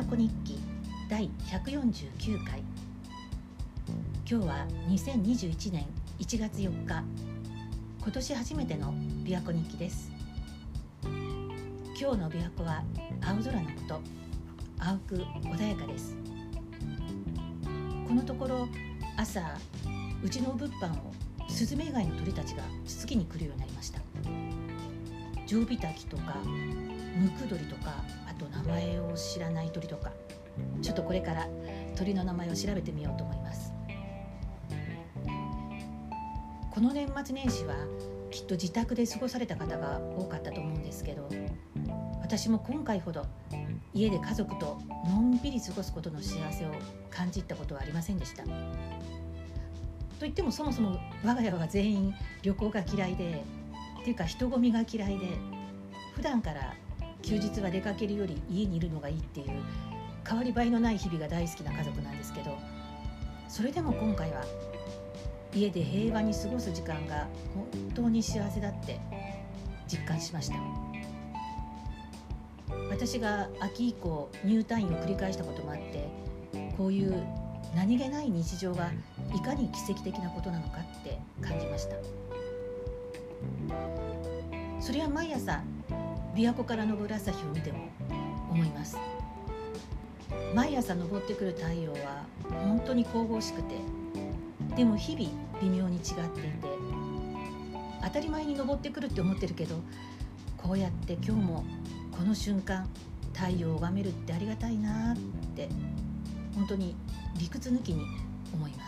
琵琶湖日記第149回。今日は2021年1月4日、今年初めての琵琶湖日記です。今日の琵琶湖は青空の下、青く穏やかです。このところ朝、うちの物販をスズメ以外の鳥たちがつつきに来るようになりました。ジョウビタキとかムクドリとか、あと名前を知らない鳥とか、ちょっとこれから鳥の名前を調べてみようと思います。この年末年始はきっと自宅で過ごされた方が多かったと思うんですけど、私も今回ほど家で家族とのんびり過ごすことの幸せを感じたことはありませんでした。といってもそもそも我が家は全員旅行が嫌いで、っていうか人混みが嫌いで、普段から休日は出かけるより家にいるのがいいっていう変わり映えのない日々が大好きな家族なんですけど、それでも今回は家で平和に過ごす時間が本当に幸せだって実感しました。私が秋以降入退院を繰り返したこともあって、こういう何気ない日常がいかに奇跡的なことなのかって感じました。それは毎朝琵琶湖から昇る朝日を見ても思います。毎朝昇ってくる太陽は本当に神々しくて、でも日々微妙に違っていて、当たり前に昇ってくるって思ってるけど、こうやって今日もこの瞬間太陽を拝めるってありがたいなって本当に理屈抜きに思います。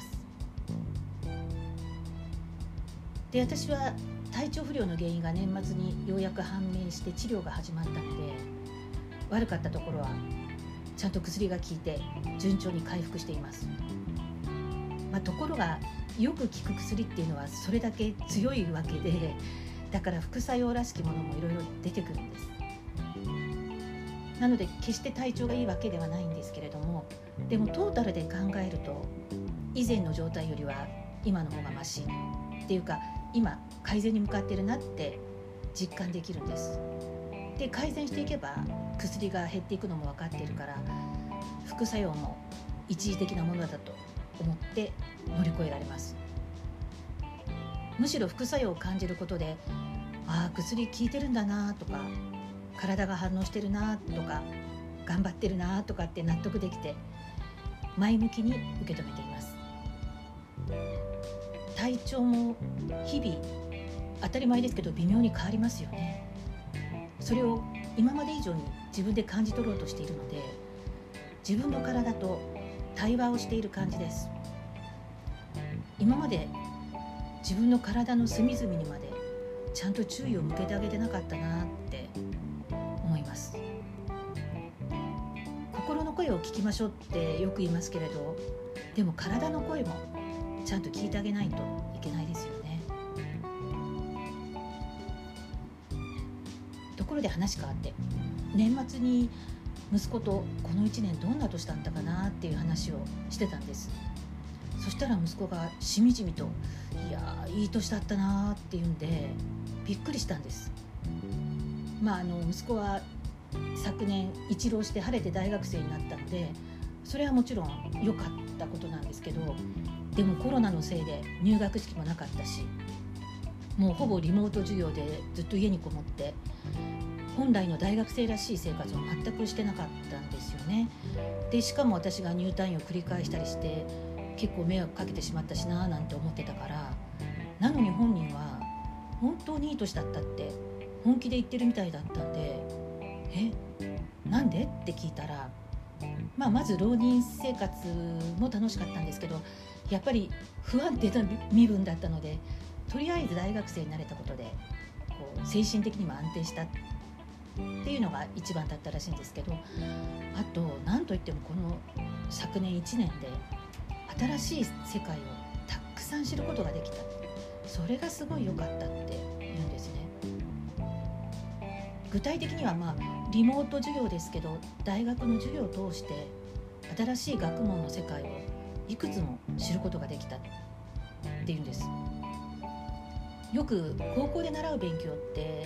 で、私は体調不良の原因が年末にようやく判明して治療が始まったので、悪かったところはちゃんと薬が効いて順調に回復しています。ところがよく効く薬っていうのはそれだけ強いわけで、だから副作用らしきものもいろいろ出てくるんです。なので決して体調がいいわけではないんですけれども、でもトータルで考えると以前の状態よりは今の方がマシっていうか、今改善に向かっているなって実感できるんです。で、改善していけば薬が減っていくのも分かっているから、副作用も一時的なものだと思って乗り越えられます。むしろ副作用を感じることで、薬効いてるんだなとか、体が反応してるなとか、頑張ってるなとかって納得できて前向きに受け止めています。体調も日々当たり前ですけど微妙に変わりますよね。それを今まで以上に自分で感じ取ろうとしているので、自分の体と対話をしている感じです。今まで自分の体の隅々にまでちゃんと注意を向けてあげてなかったなって思います。心の声を聞きましょうってよく言いますけれど、でも体の声もちゃんと聞いてあげないといけないですよね。ところで話変わって、年末に息子とこの1年どんな年だったかなっていう話をしてたんです。そしたら息子がしみじみと、いい年だったなって言うんでびっくりしたんです。息子は昨年一浪して晴れて大学生になったので、それはもちろん良かったことなんですけど、でもコロナのせいで入学式もなかったし、もうほぼリモート授業でずっと家にこもって、本来の大学生らしい生活を全くしてなかったんですよね。で、しかも私が入退院を繰り返したりして結構迷惑かけてしまったしななんて思ってたから、なのに本人は本当にいい年だったって本気で言ってるみたいだったんで、なんでって聞いたら、まず浪人生活も楽しかったんですけど、やっぱり不安定な身分だったので、とりあえず大学生になれたことで精神的にも安定したっていうのが一番だったらしいんですけど、あと何といってもこの昨年1年で新しい世界をたくさん知ることができた、それがすごい良かったって言うんですね。具体的にはリモート授業ですけど、大学の授業を通して新しい学問の世界をいくつも知ることができたって言うんです。よく高校で習う勉強って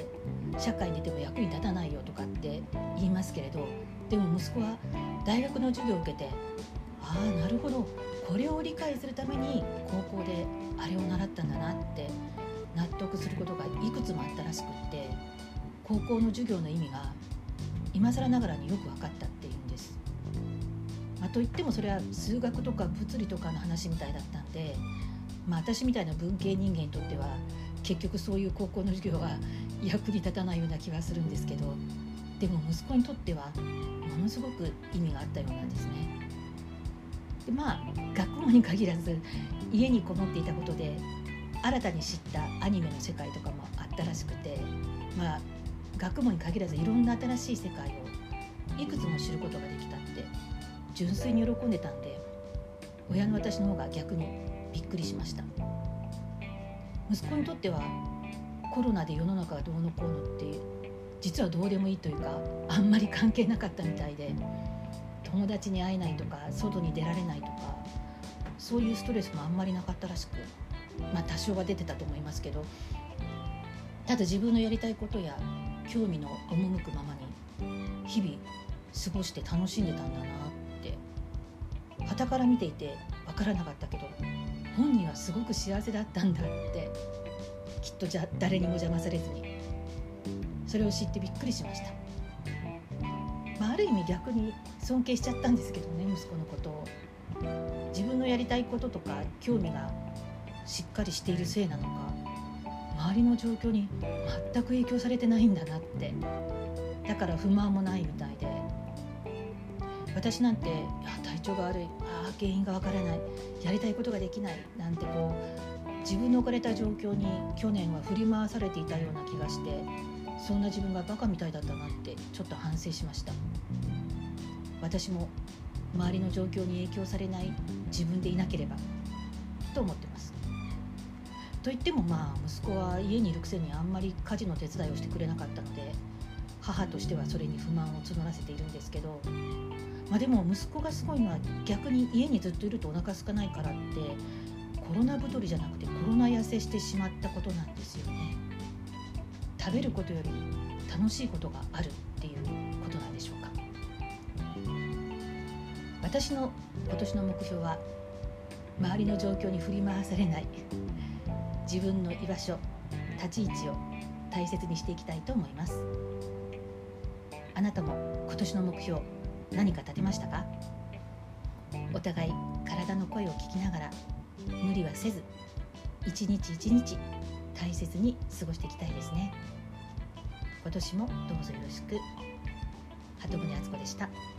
社会に出ても役に立たないよとかって言いますけれど、でも息子は大学の授業を受けて、ああなるほど、これを理解するために高校であれを習ったんだなって納得することがいくつもあったらしくって、高校の授業の意味が今更ながらによく分かったっていうんです。といってもそれは数学とか物理とかの話みたいだったんで、私みたいな文系人間にとっては結局そういう高校の授業は役に立たないような気がするんですけど、でも息子にとってはものすごく意味があったようなんですね。で学問に限らず家にこもっていたことで新たに知ったアニメの世界とかもあったらしくて、学問に限らずいろんな新しい世界をいくつも知ることができたって純粋に喜んでたんで、親の私の方が逆にびっくりしました。息子にとってはコロナで世の中がどうのこうのって実はどうでもいいというか、あんまり関係なかったみたいで、友達に会えないとか外に出られないとかそういうストレスもあんまりなかったらしく、多少は出てたと思いますけど、ただ自分のやりたいことや興味の赴くままに日々過ごして楽しんでたんだなって傍から見ていて分からなかったけど、本人はすごく幸せだったんだって、きっと誰にも邪魔されずに、それを知ってびっくりしました。ある意味逆に尊敬しちゃったんですけどね、息子のことを。自分のやりたいこととか興味がしっかりしているせいなのか、周りの状況に全く影響されてないんだなって、だから不満もないみたいで、私なんて体調が悪い、原因がわからない、やりたいことができないなんて自分の置かれた状況に去年は振り回されていたような気がして、そんな自分がバカみたいだったなってちょっと反省しました。私も周りの状況に影響されない自分でいなければと思ってます。といっても息子は家にいるくせにあんまり家事の手伝いをしてくれなかったので、母としてはそれに不満を募らせているんですけど、でも息子がすごいのは逆に家にずっといるとお腹空かないからってコロナ太りじゃなくてコロナ痩せしてしまったことなんですよね。食べることより楽しいことがあるっていうことなんでしょうか。私の今年の目標は周りの状況に振り回されない、自分の居場所、立ち位置を大切にしていきたいと思います。あなたも今年の目標何か立てましたか？お互い体の声を聞きながら無理はせず一日一日大切に過ごしていきたいですね。今年もどうぞよろしく。鳩宗敦子でした。